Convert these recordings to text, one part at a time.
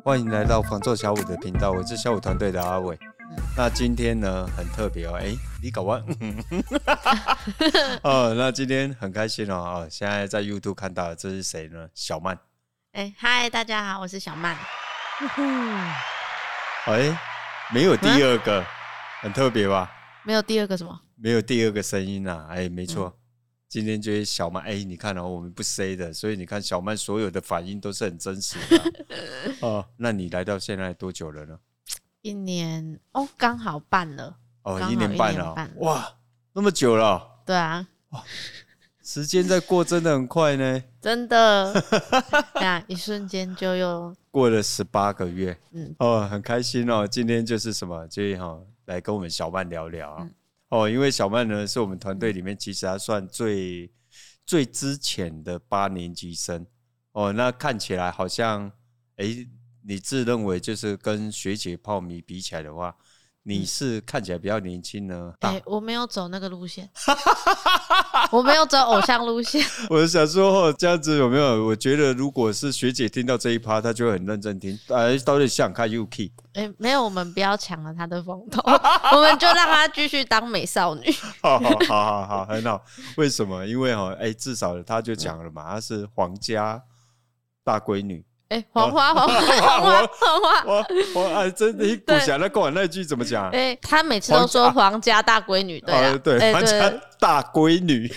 欢迎来到房仲小五的频道，我是小五团队的阿伟。那今天呢很特别哦，你搞完那今天很开心哦，现在在 YouTube 看到的这是谁呢？小曼。 嗨，大家好，我是小曼。 没有第二个，很特别吧？ 没有第二个什么？ 没有第二个声音啊，没错。今天就是小曼，你看我们不 say 的，所以你看小曼所有的反应都是很真实的那你来到现在多久了呢 ？1年哦，刚好办了。 1年半了哇，那么久了。 对啊， 哇，时间在过真的很快呢， 真的一瞬间就又过了18个月。很开心哦。今天就是什么，就是来跟我们小曼聊聊因为小曼呢是我们团队里面其实她算最之前的8年级生那看起来好像你自认为就是跟学姐泡米比起来的话，你是看起来比较年轻呢？ 我没有走那个路线我没有走偶像路线我想说这样子有没有？我觉得如果是学姐听到这一趴，她就会很认真听。到底想看 UK？ 没有，我们不要抢了她的风头我们就让她继续当美少女好，很好。为什么？因为至少她就讲了嘛，她是皇家大闺女。 黄花真的，你古侠那跟我那句怎么讲？ 他每次都说皇家大闺女，对， 皇家大闺女。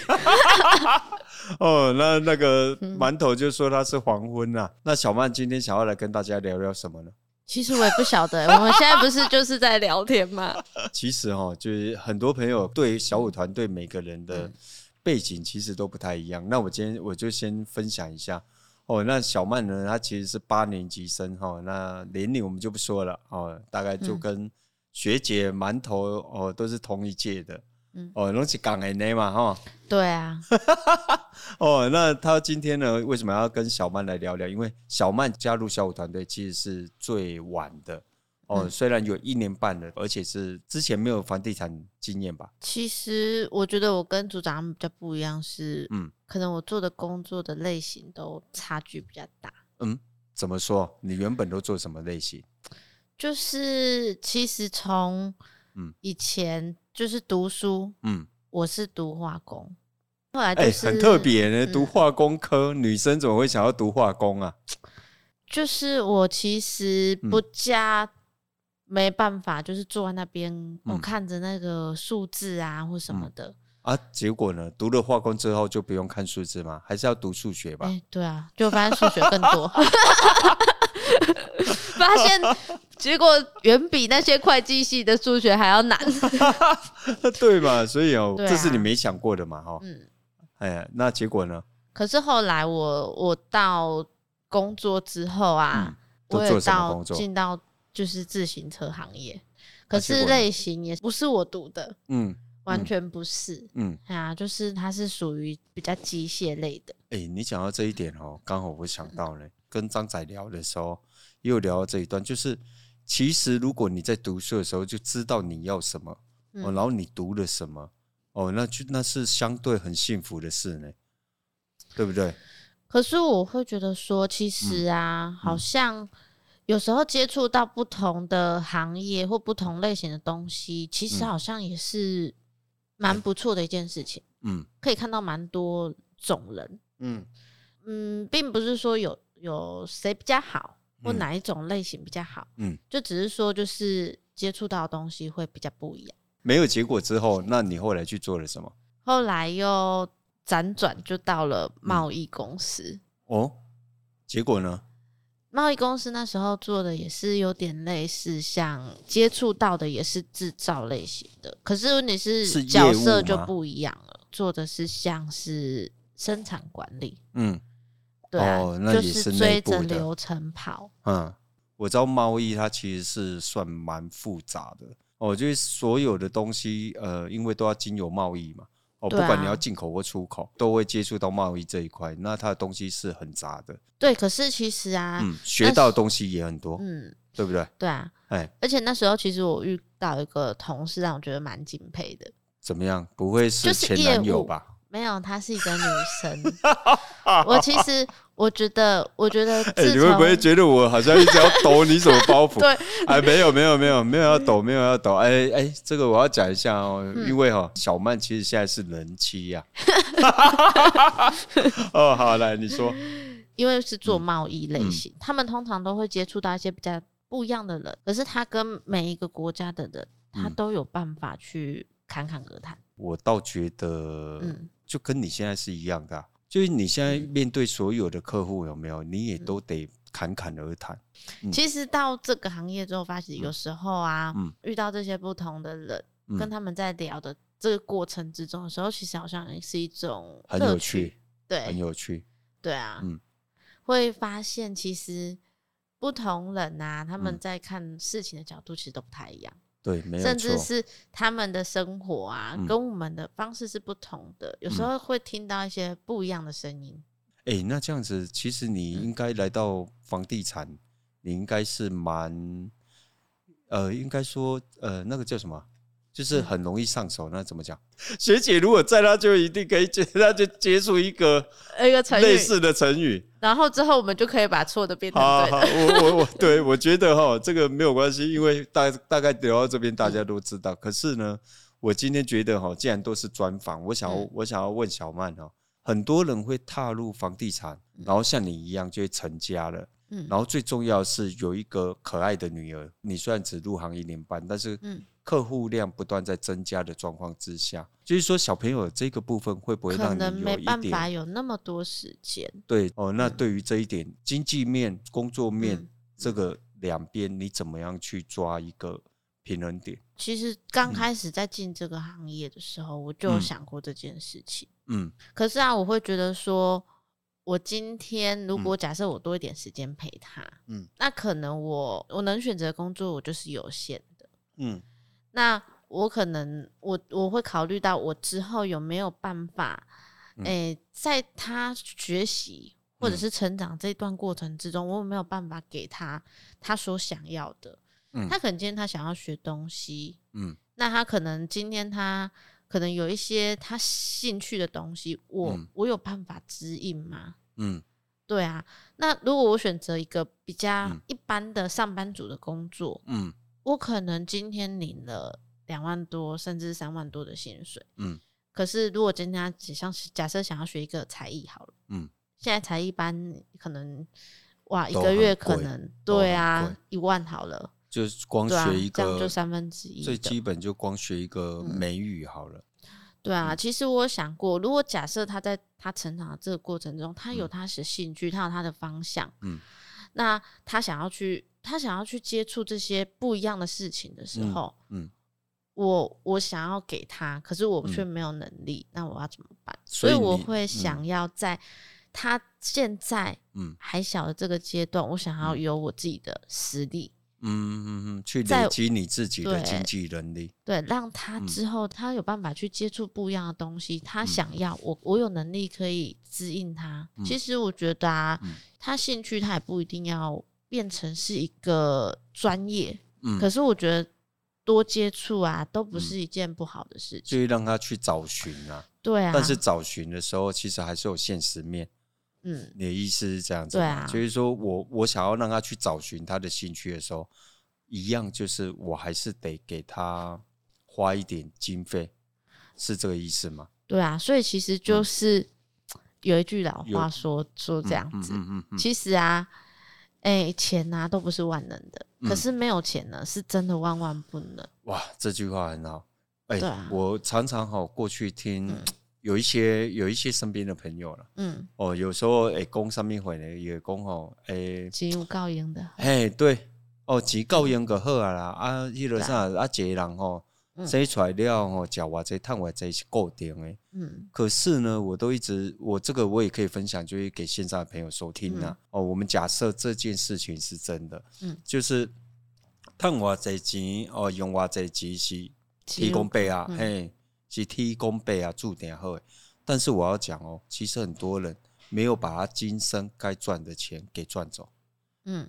那个馒头就说他是黄昏啊。那小曼今天想要来跟大家聊聊什么呢？ 其实我也不晓得我们现在不是就是在聊天吗？ 其实就是很多朋友对小五团队每个人的背景其实都不太一样。那我今天我就先分享一下。那小曼呢，她其实是8年级生那年龄我们就不说了大概就跟学姐馒头都是同一届的都是港人的嘛对啊那她今天呢为什么要跟小曼来聊聊？因为小曼加入小五团队其实是最晚的虽然有1年半了，而且是之前没有房地产经验吧。 其实我觉得我跟组长他们比较不一样是可能我做的工作的类型都差距比较大。 怎么说？你原本都做什么类型？ 就是其实从以前就是读书我是读化工，后来就是很特别呢读化工科女生怎么会想要读化工啊？ 就是我其实不加没办法，就是坐在那边我看着那个数字啊或什么的结果呢读了化工之后就不用看数字吗？还是要读数学吧？ 对啊，就发现数学更多发现结果远比那些会计系的数学还要难对嘛，所以这是你没想过的嘛那结果呢？ 可是后来我到工作之后我也进到就是自行车行业，可是类型也不是我读的完全不是就是它是属于比较机械类的你讲到这一点刚好我想到呢跟张仔聊的时候也有聊到这一段，就是其实如果你在读书的时候就知道你要什么然后你读了什么那是相对很幸福的事呢，对不对？ 可是我会觉得说其实好像有时候接触到不同的行业或不同类型的东西其实好像也是蛮不错的一件事情可以看到蛮多种人并不是说有谁比较好或哪一种类型比较好就只是说就是接触到的东西会比较不一样。 没有结果之后，那你后来去做了什么？ 后来又辗转就到了贸易公司结果呢？ 贸易公司那时候做的也是有点类似，像接触到的也是制造类型的，可是问题是角色就不一样了，做的是像是生产管理对那也是就是追着流程跑我知道贸易它其实是算蛮复杂的就是所有的东西因为都要经由贸易嘛不管你要进口或出口都会接触到贸易这一块，那它的东西是很杂的。 对，可是其实学到的东西也很多对不对？ 对啊而且那时候其实我遇到一个同事让我觉得蛮敬佩的。 怎么样？不会是前男友吧？ 没有，她是一个女生。我觉得你会不会觉得我好像一直要抖你什么包袱？ 对， 没有要抖，没有要抖。这个我要讲一下哦，因为小曼其实现在是人妻呀。哦，好，来你说。 因为是做贸易类型，他们通常都会接触到一些比较不一样的人，可是他跟每一个国家的人，他都有办法去侃侃而谈。 我倒觉得，就跟你现在是一样的就是你现在面对所有的客户，有没有你也都得侃侃而谈。 其实到这个行业之后，发现有时候啊，遇到这些不同的人，跟他们在聊的这个过程之中的时候，其实好像也是一种很有趣， 对， 很有趣， 对啊，会发现其实不同人啊，他们在看事情的角度其实都不太一样。 对，没有错， 甚至是他们的生活啊，跟我们的方式是不同的，有时候会听到一些不一样的声音。 那这样子，其实你应该来到房地产，你应该是蛮，应该说，那个叫什么？就是很容易上手，那怎么讲？学姐如果在，她就一定可以她就接触一个类似的成语， 然后之后我们就可以把错的变成对的。 我觉得这个没有关系，因为大概聊到这边大家都知道。可是呢，我今天觉得既然都是专访，我想要问小曼很多人会踏入房地产，然后像你一样就会成家了。然后最重要的是有一个可爱的女儿。你虽然只入行1年半，但是客户量不断在增加的状况之下，就是说小朋友这个部分会不会让你有一点可能没办法有那么多时间？ 对那对于这一点，经济面、工作面这个两边，你怎么样去抓一个平衡点？ 其实刚开始在进这个行业的时候，我就有想过这件事情。可是我会觉得说，我今天如果假设我多一点时间陪他，那可能我能选择的工作我就是有限的，那我可能我会考虑到我之后有没有办法，在他学习或者是成长这段过程之中，我有没有办法给他所想要的。他可能今天他想要学东西，那他可能今天他可能有一些他兴趣的东西，我有办法指引吗？对啊。那如果我选择一个比较一般的上班族的工作，我可能今天领了2万多甚至3万多的薪水，可是如果今天假设想要学一个才艺好了，现在才艺班可能一个月可能对啊1万好了， 就是光学一个， 这样就1/3 最基本就光学一个美语好了。 对啊，其实我想过，如果假设他在他成长的这个过程中，他有他的兴趣，他有他的方向，那他想要去接触这些不一样的事情的时候，我想要给他，可是我却没有能力，那我要怎么办？所以我会想要在他现在还小的这个阶段，我想要有我自己的实力。 去累积你自己的经济能力， 对，让他之后他有办法去接触不一样的东西，他想要我有能力可以指引他。其实我觉得他兴趣他也不一定要变成是一个专业，可是我觉得多接触都不是一件不好的事情， 就是让他去找寻对啊， 但是找寻的时候其实还是有现实面。你的意思是这样子吗？就是说我想要让他去找寻他的兴趣的时候，一样就是我还是得给他花一点经费，是这个意思吗？ 对啊，所以其实就是有一句老话说这样子，其实钱都不是万能的，可是没有钱呢是真的万万不能。 哇，这句话很好。我常常过去听有一些身边的朋友了，有时候讲什么话呢？也讲钱有够用的， 对，钱够用就好啦。迄个啥一个人生出来了吃偌济赚偌济是固定的。可是呢，我这个我也可以分享，就是给线上的朋友收听我们假设这件事情是真的，就是赚偌济钱用偌济钱是天公伯是天公伯注定好的。但是我要讲其实很多人没有把他今生该赚的钱给赚走。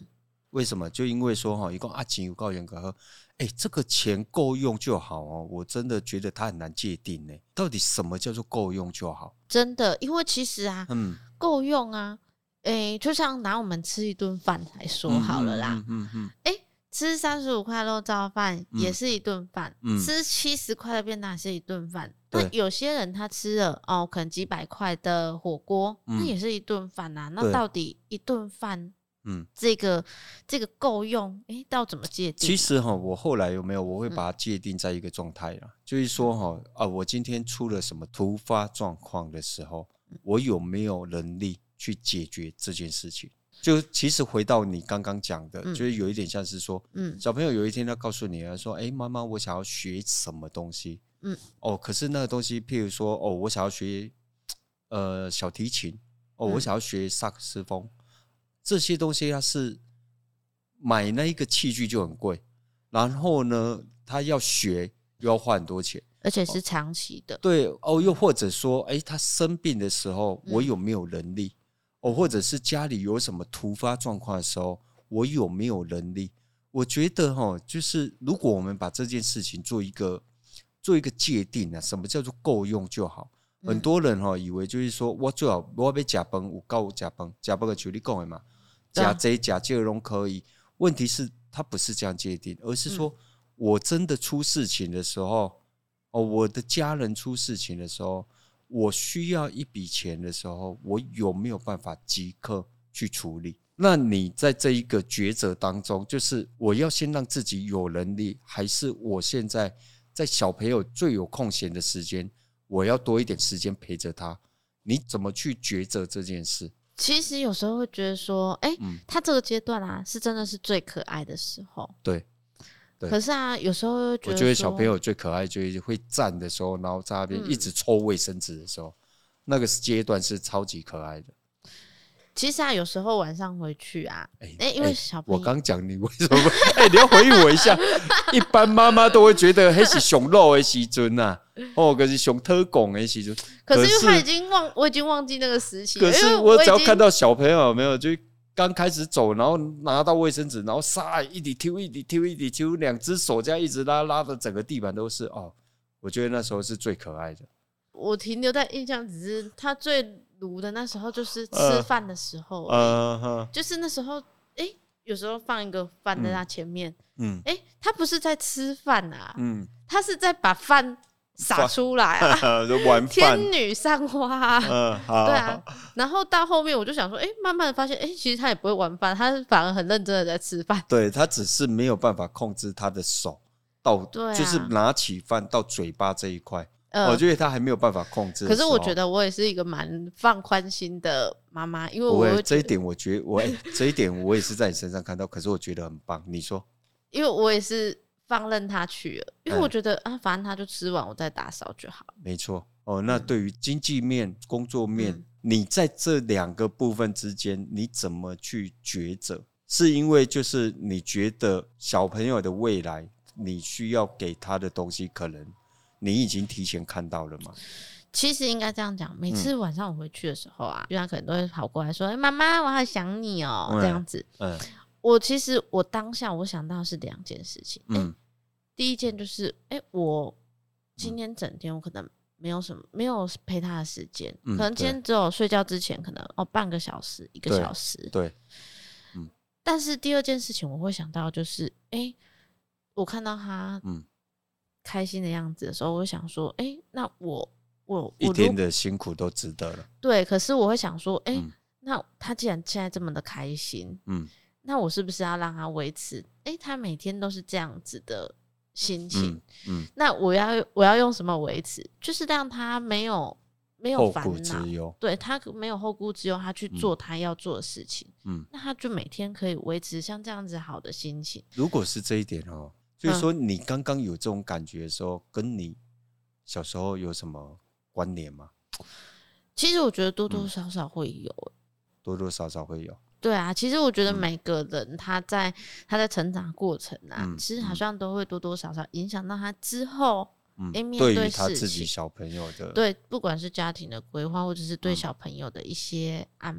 为什么？就因为说一共钱有够严格，这个钱够用就好哦。我真的觉得它很难界定呢，到底什么叫做够用就好？ 真的，因为其实啊，够用啊，就像拿我们吃一顿饭来说好了啦，吃35块肉燥饭也是一顿饭，吃70块的便当也是一顿饭。那有些人他吃了可能几百块的火锅，那也是一顿饭啊。那到底一顿饭，这个够用，到怎么界定？ 其实我后来我会把它界定在一个状态啦，就是说我今天出了什么突发状况的时候，我有没有能力去解决这件事情？就其实回到你刚刚讲的，就是有一点像是说，小朋友有一天他告诉你说，妈妈，我想要学什么东西，可是那个东西，譬如说，我想要学小提琴，我想要学萨克斯风，这些东西它是买那一个器具就很贵，然后呢，他要学又要花很多钱， 而且是长期的。 对又或者说，他生病的时候，我有没有能力？或者是家里有什么突发状况的时候，我有没有能力？我觉得就是如果我们把这件事情做一个界定啊，什么叫做够用就好。很多人以为就是说我最好我要吃饭有够吃饭的就你讲的嘛，吃这吃这都可以。问题是它不是这样界定，而是说我真的出事情的时候，我的家人出事情的时候，我需要一笔钱的时候，我有没有办法即刻去处理？那你在这一个抉择当中，就是我要先让自己有能力，还是我现在在小朋友最有空闲的时间，我要多一点时间陪着他？你怎么去抉择这件事？ 其实有时候会觉得说，他这个阶段啊，是真的是最可爱的时候。 对。 可是啊，有时候会觉得， 我觉得小朋友最可爱，就是会站的时候，然后在那边一直抽卫生纸的时候，那个阶段是超级可爱的。 其实啊，有时候晚上回去啊，因为小朋友， 我刚讲你为什么你要回应我一下。一般妈妈都会觉得那是上肉的时阵啊，可是上特供的时阵。 可是因为我已经忘记那个时期了。 可是我只要看到小朋友有没有就刚开始走，然后拿到卫生纸，然后一直丢，2只手这样一直拉的整个地板都是我觉得那时候是最可爱的。 我停留在印象只是他最鲁的那时候，就是吃饭的时候，就是那时候，有时候放一个饭在他前面，他不是在吃饭啊，他是在把饭撒出来啊， 玩饭， 天女散花对啊。然后到后面我就想说，慢慢的发现，其实他也不会玩饭，他反而很认真的在吃饭。 对，他只是没有办法控制他的手到，就是拿起饭到嘴巴这一块。我觉得他还没有办法控制。 可是我觉得我也是一个蛮放宽心的妈妈，因为我这一点我觉得这一点我也是在你身上看到，可是我觉得很棒。你说？ 因为我也是放任他去了，因为我觉得反正他就吃完，我再打扫就好。 没错那对于经济面、工作面，你在这两个部分之间，你怎么去抉择？是因为就是你觉得小朋友的未来，你需要给他的东西，可能你已经提前看到了吗？ 其实应该这样讲，每次晚上我回去的时候啊，他可能都会跑过来说：“妈妈，我好想你哦。”这样子。其实我当下我想到的是2件事情。第一件就是，我今天整天我可能没有陪他的时间，可能今天只有睡觉之前可能半个小时、1个小时。 对。 但是第2件事情我会想到就是，我看到他开心的样子的时候，我会想说，那我一天的辛苦都值得了。 对，可是我会想说，那他既然现在这么的开心，那我是不是要让他维持？他每天都是这样子的心情，那我要用什么维持？就是让他没有烦恼，对，他没有后顾之忧，他去做他要做的事情，那他就每天可以维持像这样子好的心情。 如果是这一点就是说你刚刚有这种感觉的时候，跟你小时候有什么关联吗？ 其实我觉得多多少少会有， 多多少少会有。 对啊，其实我觉得每个人他在成长过程啊，其实好像都会多多少少影响到他之后面对对于他自己小朋友的， 对，不管是家庭的规划，或者是对小朋友的一些安排。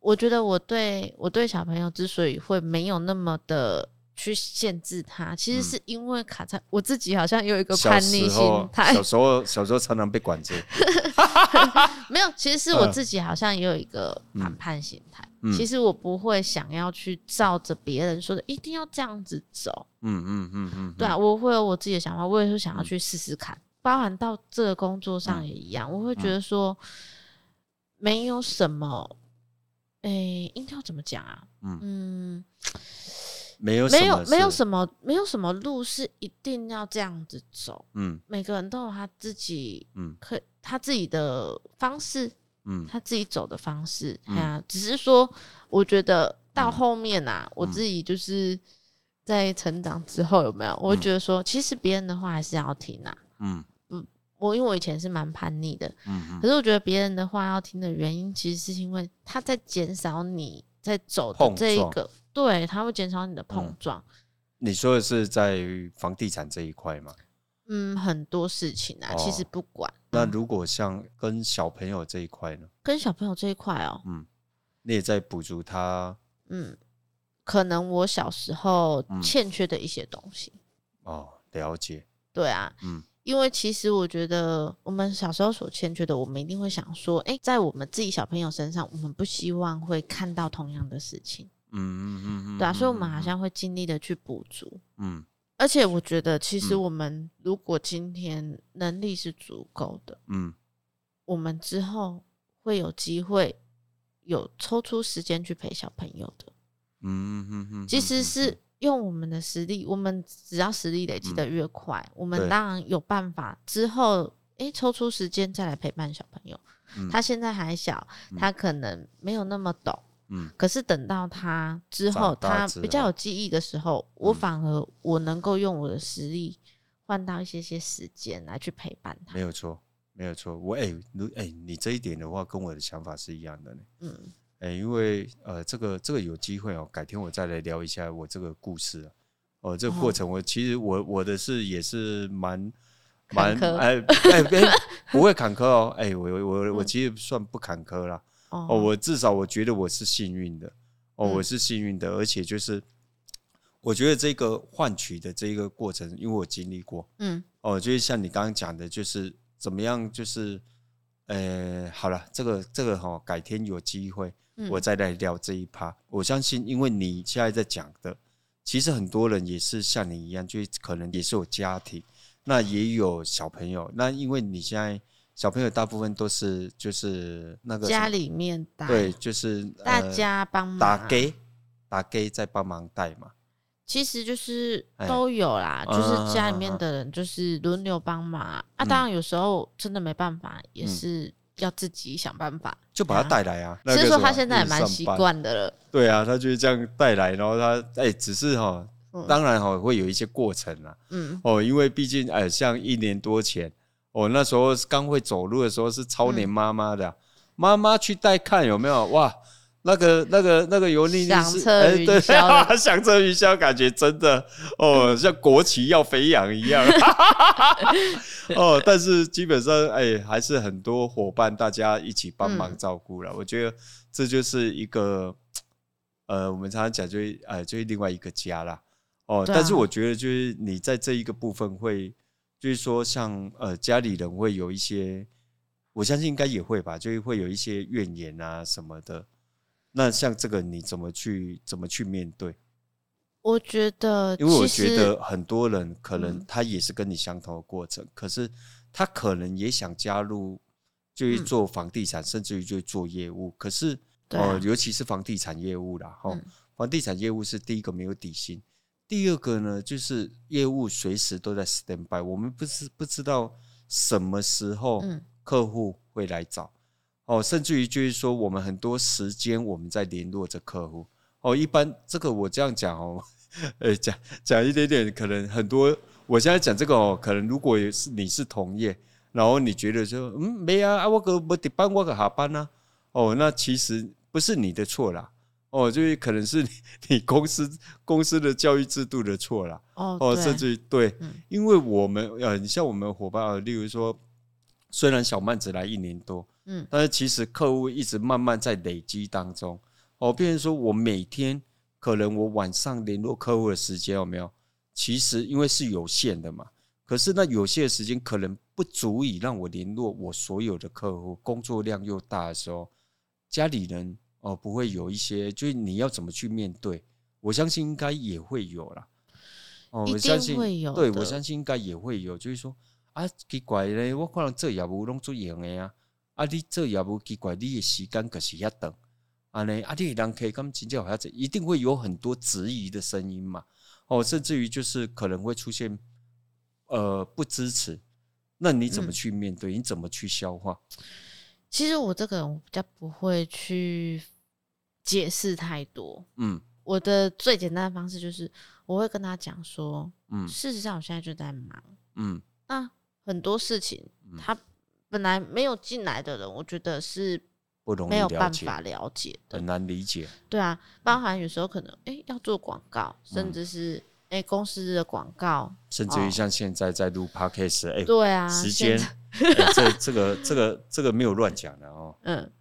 我觉得我对小朋友之所以会没有那么的去限制他，其实是因为卡在我自己好像有一个叛逆心态。 小时候常常被管着。 没有，其实是我自己好像也有一个反叛心态。其实我不会想要去照着别人说的一定要这样子走。对啊，我会有我自己的想法，我也是想要去试试看。包含到这个工作上也一样，我会觉得说没有什么，应该要怎么讲啊？没有什么路是一定要这样子走。每个人都有他自己，他自己的方式，他自己走的方式。只是说，我觉得到后面啊，我自己就是在成长之后，有没有？我会觉得说，其实别人的话还是要听啊。因为我以前是蛮叛逆的，可是我觉得别人的话要听的原因，其实是因为他在减少你在走的这一个，对，他会减少你的碰撞。 你说的是在房地产这一块吗？ 很多事情啊，其实不管。 那如果像跟小朋友这一块呢？ 跟小朋友这一块你也在补足他， 可能我小时候欠缺的一些东西。 了解。 对啊，因为其实我觉得我们小时候所欠缺的，我们一定会想说，在我们自己小朋友身上，我们不希望会看到同样的事情。对啊，所以我们好像会尽力的去补足。而且我觉得，其实我们如果今天能力是足够的，我们之后会有机会有抽出时间去陪小朋友的。其实是用我们的实力，我们只要实力累积的越快，我们当然有办法之后抽出时间再来陪伴小朋友。他现在还小，他可能没有那么懂。可是等到他之后，他比较有记忆的时候，我反而我能够用我的实力换到一些时间来去陪伴他。 没有错，没有错。你这一点的话，跟我的想法是一样的呢。因为这个有机会改天我再来聊一下我这个故事这个过程，其实我的事也是蛮不会坎坷我其实算不坎坷啦。我至少我觉得我是幸运的我是幸运的，而且就是我觉得这个换取的这个过程，因为我经历过，就是像你刚刚讲的，就是怎么样，就是好了，这个改天有机会我再来聊这一趴。我相信，因为你现在在讲的，其实很多人也是像你一样，就可能也是有家庭，那也有小朋友，那因为你现在。小朋友大部分都是就是那个家里面带， 对，就是大家帮忙打给在帮忙带嘛。 其实就是都有啦，就是家里面的人就是轮流帮忙当然有时候真的没办法，也是要自己想办法， 就把他带来啊。 所以说他现在也蛮习惯的了。 对啊，他就是这样带来，然后他只是当然会有一些过程啦。因为毕竟像1年多前。那时候刚会走路的时候是超黏妈妈的，妈妈去带看有没有哇？那个油腻腻是响彻云霄对，响彻云霄，感觉真的像国旗要飞扬一样。但是基本上还是很多伙伴大家一起帮忙照顾了。我觉得这就是一个我们常常讲就是另外一个家啦。但是我觉得就是你在这一个部分会。就是说像家里人会有一些，我相信应该也会吧，就是会有一些怨言啊什么的。那像这个你怎么去面对？ 我觉得， 因为我觉得很多人可能他也是跟你相同的过程，可是他可能也想加入，就是做房地产，甚至于就做业务。可是尤其是房地产业务啦，房地产业务是第一个没有底薪。第二个呢，就是业务随时都在 stand by， 我们不知道什么时候客户会来找甚至于就是说我们很多时间我们在联络着客户一般这个我这样讲讲一点点，可能很多我现在讲这个可能如果你是同业，然后你觉得说没啊我个没得班我个下班啊那其实不是你的错啦。就是可能是你公司的教育制度的错啦。甚至对，因为我们你像我们伙伴例如说，虽然小曼只来1年多，但是其实客户一直慢慢在累积当中， 变成说我每天可能我晚上联络客户的时间有没有？其实因为是有限的嘛，可是那有限的时间可能不足以让我联络我所有的客户，工作量又大的时候，家里人不会有一些，就是你要怎么去面对？我相信应该也会有啦。 一定会有的。 对，我相信应该也会有，就是说啊，奇怪咧，我可能这业务拢做用的啊，你这业务奇怪，你的时间可是遐长，你的人可以咁真正遐一定会有很多质疑的声音嘛，甚至于就是可能会出现不支持，那你怎么去面对？你怎么去消化？ 其实我这个人我比较不会去解释太多，我的最简单的方式就是我会跟他讲说，事实上我现在就在忙，那很多事情他本来没有进来的人，我觉得是没有办法了解的， 很难理解。 对啊，包含有时候可能要做广告，甚至是公司的广告， 甚至于像现在在录 podcast， 对啊， 时间这个没有乱讲的哦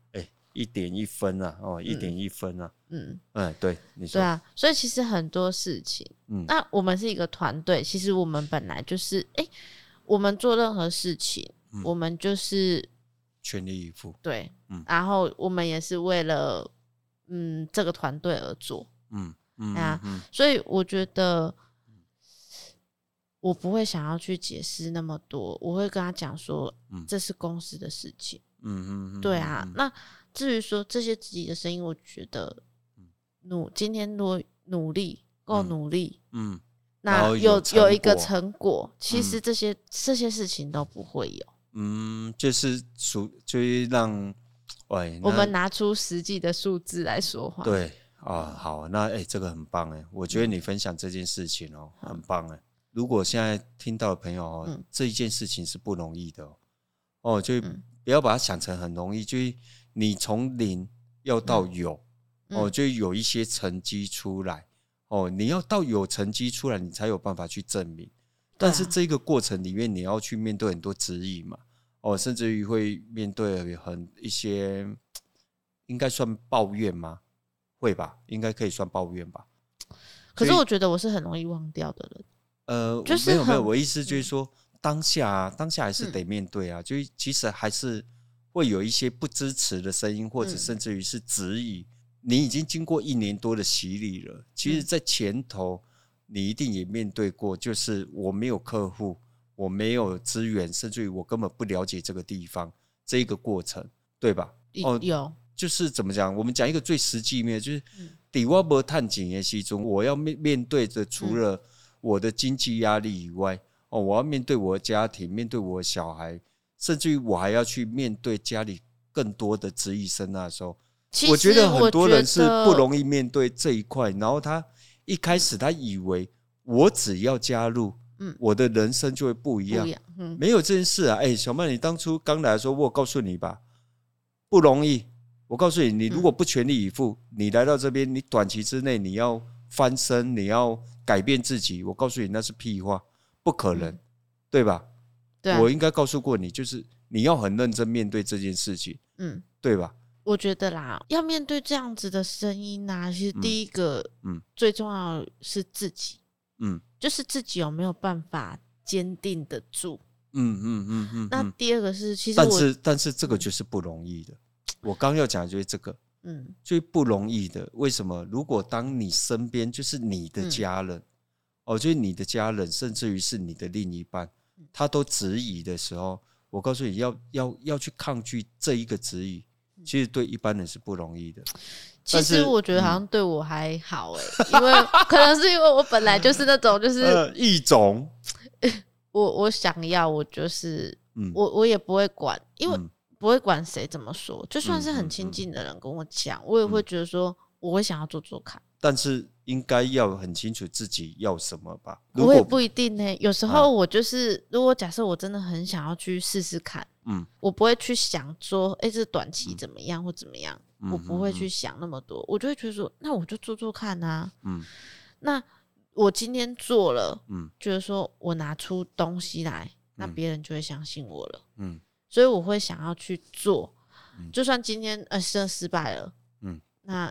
，1点1分啊，1点1分啊，对，你说对啊，所以其实很多事情，那我们是一个团队，其实我们本来就是我们做任何事情，我们就是全力以赴， 对，然后我们也是为了这个团队而做，所以我觉得我不会想要去解释那么多，我会跟他讲说，这是公司的事情，对啊，那至于说这些自己的声音，我觉得今天如果努力够努力，那有一个成果，其实这些事情都不会有， 就是让我们拿出实际的数字来说话。 对好，那这个很棒我觉得你分享这件事情很棒如果现在听到的朋友这一件事情是不容易的就不要把它想成很容易，就是你从0要到有就有一些成绩出来你要到有成绩出来，你才有办法去证明。但是这个过程里面，你要去面对很多质疑嘛甚至于会面对一些应该算抱怨吗？会吧，应该可以算抱怨吧。 可是我觉得我是很容易忘掉的人。就是没有，我意思就是说，当下还是得面对啊。就是其实还是会有一些不支持的声音，或者甚至于是质疑。你已经经过1年多的洗礼了，其实在前头你一定也面对过，就是我没有客户，我没有资源，甚至于我根本不了解这个地方，这一个过程，对吧？ 有， 就是怎么讲？我们讲一个最实际面，就是在我没赚钱的时候，我要面对着除了我的经济压力以外，我要面对我的家庭，面对我的小孩，甚至于我还要去面对家里更多的质疑声的时候，我觉得很多人是不容易面对这一块，然后他一开始他以为我只要加入，我的人生就会不一样，没有这件事啊！小曼，你当初刚来的时候，我有告诉你吧，不容易。我告诉你，你如果不全力以赴，你来到这边，你短期之内你要翻身，你要改变自己，我告诉你那是屁话，不可能，对吧？对啊，我应该告诉过你，就是你要很认真面对这件事情，对吧？ 我觉得啦，要面对这样子的声音其实第一个，最重要的是自己，就是自己有没有办法坚定得住，那第二个是，其实但是这个就是不容易的。我刚要讲的就是这个，就是不容易的。为什么？如果当你身边就是你的家人，就是你的家人，甚至于是你的另一半，他都质疑的时候，我告诉你要去抗拒这一个质疑，其实对一般人是不容易的。 其实我觉得好像对我还好因为可能是因为我本来就是那种就是异种， 我想要我就是我也不会管，因为不会管谁怎么说，就算是很亲近的人跟我讲，我也会觉得说我会想要做做看， 但是应该要很清楚自己要什么吧。 我也不一定有时候我就是如果假设我真的很想要去试试看，我不会去想说这短期怎么样或怎么样，我不会去想那么多，我就会觉得说那我就做做看啊，那我今天做了，就是说我拿出东西来，那别人就会相信我了，所以我会想要去做，就算今天失败了，那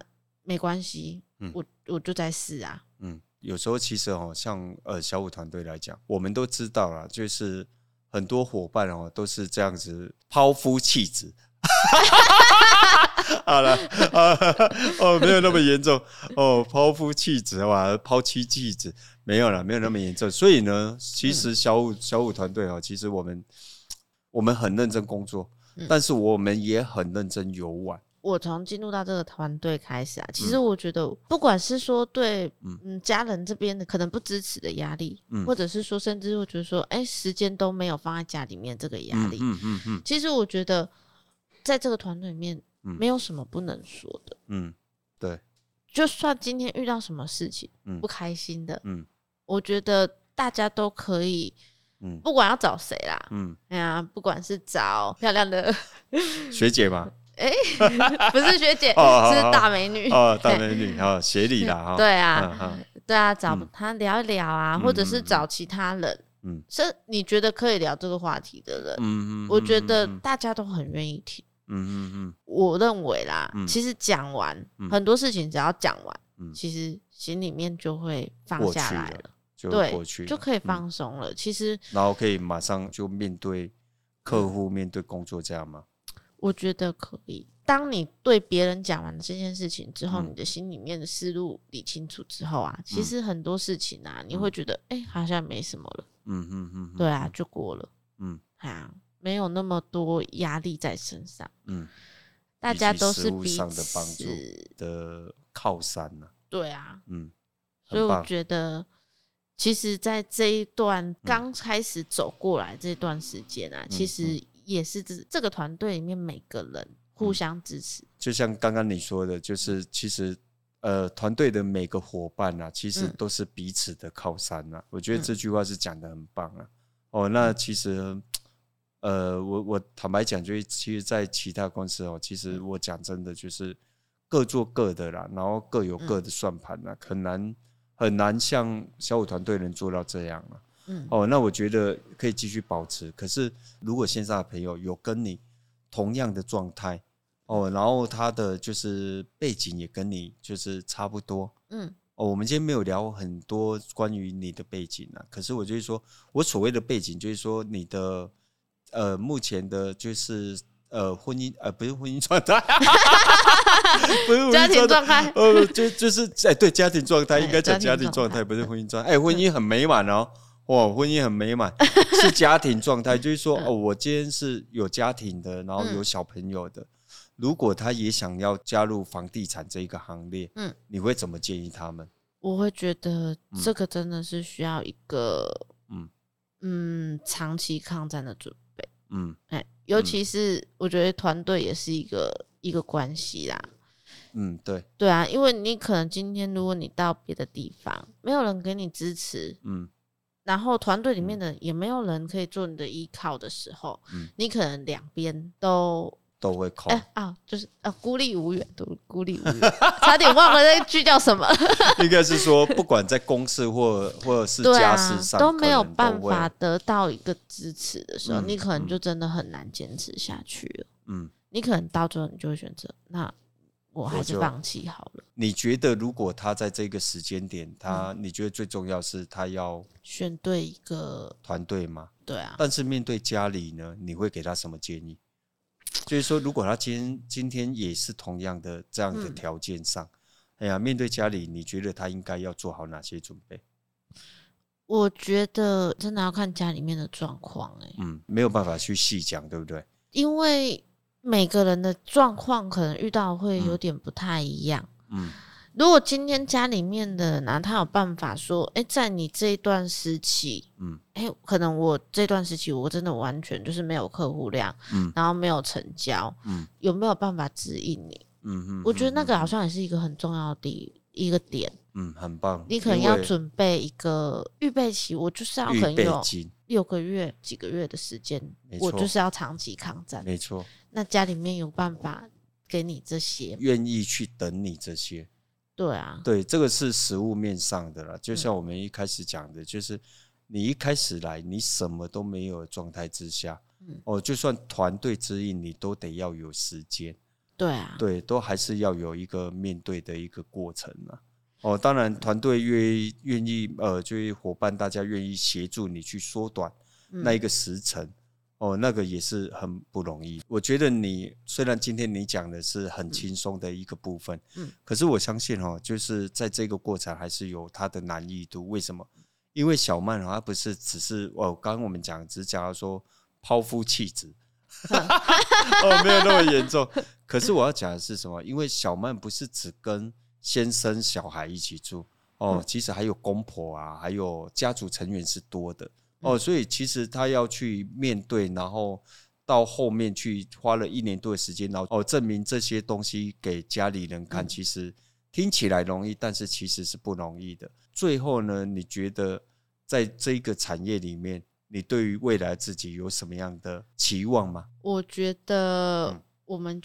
没关系，我就在试啊。 有时候其实像小五团队来讲，我们都知道啦，就是很多伙伴都是这样子抛夫弃子。好了，没有那么严重抛夫弃子抛妻弃子没有啦，没有那么严重。所以呢，其实小五团队其实我们很认真工作，但是我们也很认真游玩。 我从进入到这个团队开始其实我觉得不管是说对家人这边的可能不支持的压力，或者是说甚至会觉得说时间都没有放在家里面这个压力，其实我觉得在这个团队里面没有什么不能说的。 对，就算今天遇到什么事情不开心的，我觉得大家都可以不管要找谁啦，不管是找漂亮的学姐嘛， 不是学姐，是大美女大美女协理啦对啊，找她聊一聊或者是找其他人，是你觉得可以聊这个话题的人，我觉得大家都很愿意听。我认为啦，其实讲完很多事情，只要讲完，其实心里面就会放下来了，对，就可以放松了。其实， 然后可以马上就面对客户、面对工作，这样吗？ 我觉得可以。当你对别人讲完这件事情之后，你的心里面的思路理清楚之后其实很多事情你会觉得好像没什么了，对就过了，没有那么多压力在身上，大家都是彼此上的帮助的靠山对所以我觉得其实在这一段刚开始走过来这段时间其实也是这个团队里面每个人互相支持， 就像刚刚你说的，就是其实团队的每个伙伴其实都是彼此的靠山我觉得这句话是讲得很棒那其实我坦白讲，就是其实在其他公司其实我讲真的就是各做各的啦，然后各有各的算盘很难像小五团队能做到这样那我觉得可以继续保持。可是如果线上的朋友有跟你同样的状态然后他的就是背景也跟你就是差不多我们今天没有聊很多关于你的背景可是我就是说我所谓的背景就是说你的目前的就是婚姻不是婚姻状态不是婚姻家庭状态就是对家庭状态应该讲家庭状态不是婚姻状态婚姻很美满婚姻很美满是家庭状态就是说我今天是有家庭的，然后有小朋友的如果他也想要加入房地产这一个行列你会怎么建议他们？ 我会觉得这个真的是需要一个长期抗战的准备尤其是我觉得团队也是一个关系啦对因为你可能今天如果你到别的地方没有人给你支持然后团队里面的也没有人可以做你的依靠的时候你可能两边都会空就是孤立无援差点忘了那句叫什么应该是说不管在公事或者是家事上都没有办法得到一个支持的时候你可能就真的很难坚持下去了你可能到最后你就会选择那我还是放弃好了。 你觉得如果他在这个时间点你觉得最重要是他要选对一个团队吗？ 对但是面对家里呢你会给他什么建议？就是说如果他今天也是同样的这样的条件上面对家里你觉得他应该要做好哪些准备？ 我觉得真的要看家里面的状况没有办法去细讲对不对？ 因为每个人的状况可能遇到会有点不太一样如果今天家里面的人他有办法说在你这一段时期可能我这段时期我真的完全就是没有客户量然后没有成交有没有办法指引你我觉得那个好像也是一个很重要的一个点很棒。 你可能要准备一个预备期，我就是要可能有6个月几个月的时间我就是要长期抗战没错。 那家里面有办法给你这些愿意去等你这些对这个是实务面上的啦就像我们一开始讲的就是你一开始来你什么都没有的状态之下就算团队指引你都得要有时间对啊， 对，都还是要有一个面对的一个过程啊。当然团队愿意就是伙伴大家愿意协助你去缩短那一个时程，那个也是很不容易。我觉得你虽然今天你讲的是很轻松的一个部分，可是我相信就是在这个过程还是有它的难易度。为什么？因为小曼她不是只是刚刚我们只讲到说抛夫弃子没有那么严重。可是我要讲的是什么？因为小曼不是只跟先生小孩一起住其实还有公婆啊，还有家族成员是多的所以其实他要去面对，然后到后面去花了1年多的时间，然后证明这些东西给家里人看，其实听起来容易，但是其实是不容易的。最后呢，你觉得在这个产业里面，你对于未来自己有什么样的期望吗？ 我觉得我们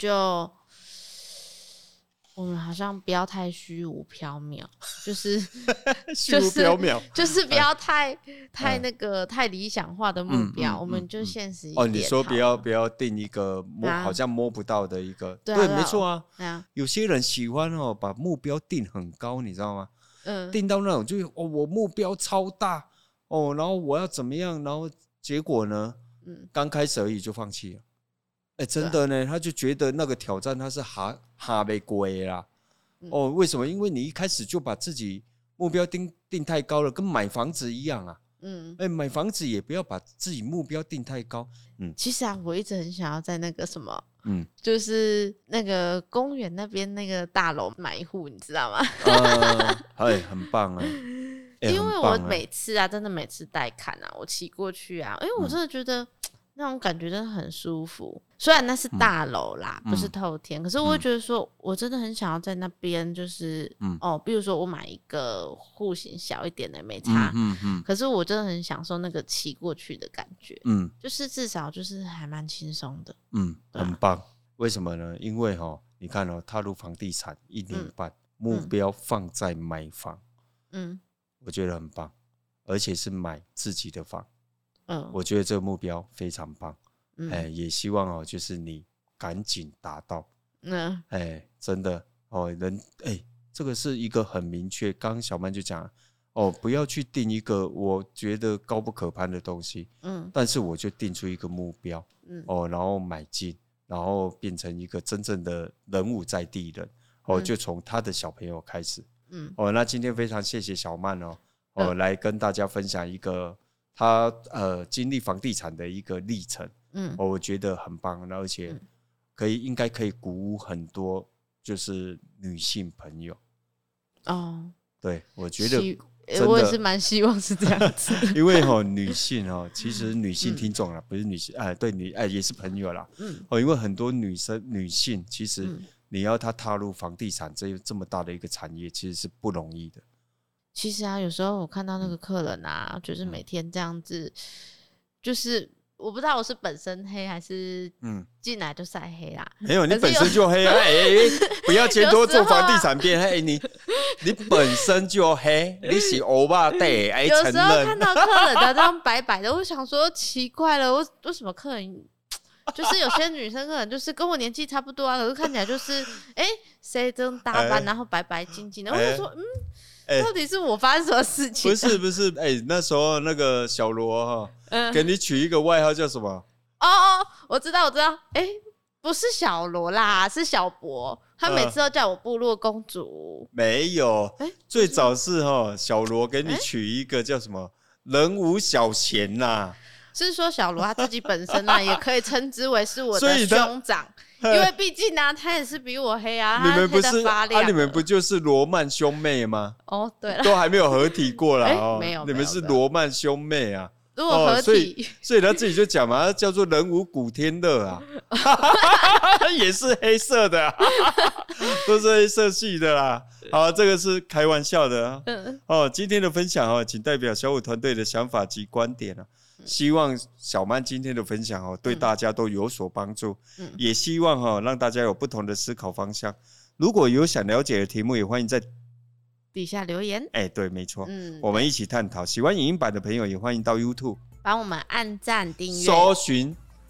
好像不要太虚无缥缈，就是虚无缥缈， 就是不要太那个太理想化的目标，我们就现实一点。 你说不要定一个好像摸不到的一个，对，没错啊。有些人喜欢把目标定很高，你知道吗？定到那种就是我目标超大然后我要怎么样，然后结果呢，刚开始而已就放弃了。真的呢，他就觉得那个挑战他是哈不过啦。为什么？因为你一开始就把自己目标定太高了，跟买房子一样啊。买房子也不要把自己目标定太高。 其实我一直很想要在那个什么，就是那个公园那边那个大楼买一户，你知道吗？ 很棒啊。 因为我每次真的每次带看我骑过去因为我真的觉得那种感觉真的很舒服。虽然那是大楼啦，不是透天，可是我会觉得说我真的很想要在那边就是比如说我买一个户型小一点的没差，可是我真的很享受那个骑过去的感觉，就是至少就是还蛮轻松的， 很棒。为什么呢？因为你看踏入房地产1年半，目标放在买房，我觉得很棒，而且是买自己的房，我觉得这个目标非常棒，也希望就是你赶紧达到，真的这个是一个很明确。刚刚小曼就讲不要去定一个我觉得高不可攀的东西，但是我就定出一个目标，然后买进，然后变成一个真正的人物在地人，就从他的小朋友开始。那今天非常谢谢小曼来跟大家分享一个他经历房地产的一个历程，我觉得很棒，而且应该可以鼓舞很多就是女性朋友。对，我觉得我也是蛮希望是这样子因为女性其实女性听众啦，不是女性对也是朋友啦，因为很多女性其实你要她踏入房地产这么大的一个产业，其实是不容易的。 其实有时候我看到那个客人就是每天这样子，就是我不知道我是本身黑还是进来就晒黑啦。 没有，你本身就黑不要钱多做房地产变黑，你本身就黑，你是欧巴对有时候看到客人的这样白白的，我想说奇怪了，为什么客人就是有些女生客人就是跟我年纪差不多可是看起来就是谁这种打扮然后白白净净的，我就说到底是我发生什么事情？ 不是那时候那个小罗给你取一个外号叫什么？ 我知道不是小罗啦，是小博，他每次都叫我部落公主。 没有最早是小罗给你取一个叫什么人无小贤啦， 是说小罗他自己本身也可以称之为是我的兄长，因为毕竟他也是比我黑他黑得发亮。 你们不就是罗曼兄妹吗？ 对了， 都还没有合体过啦没有， 你们是罗曼兄妹啊。 如果合体所以他自己就讲嘛，他叫做人无古天乐啊也是黑色的都是黑色系的啦。好，这个是开玩笑的今天的分享请代表小武团队的想法及观点希望小曼今天的分享对大家都有所帮助，也希望让大家有不同的思考方向。如果有想了解的题目，也欢迎在底下留言。 对，没错，我们一起探讨。喜欢影音版的朋友，也欢迎到 YouTube 帮我们按赞订阅， 搜寻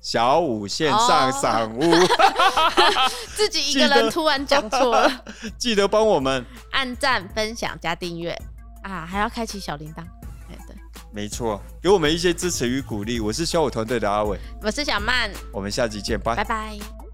小五线上赏屋， 自己一个人突然讲错了， 记得帮我们按赞、分享加订阅啊，还要开启小铃铛。对， 没错，给我们一些支持与鼓励。我是小五团队的阿伟， 我是小曼， 我们下集见，拜拜。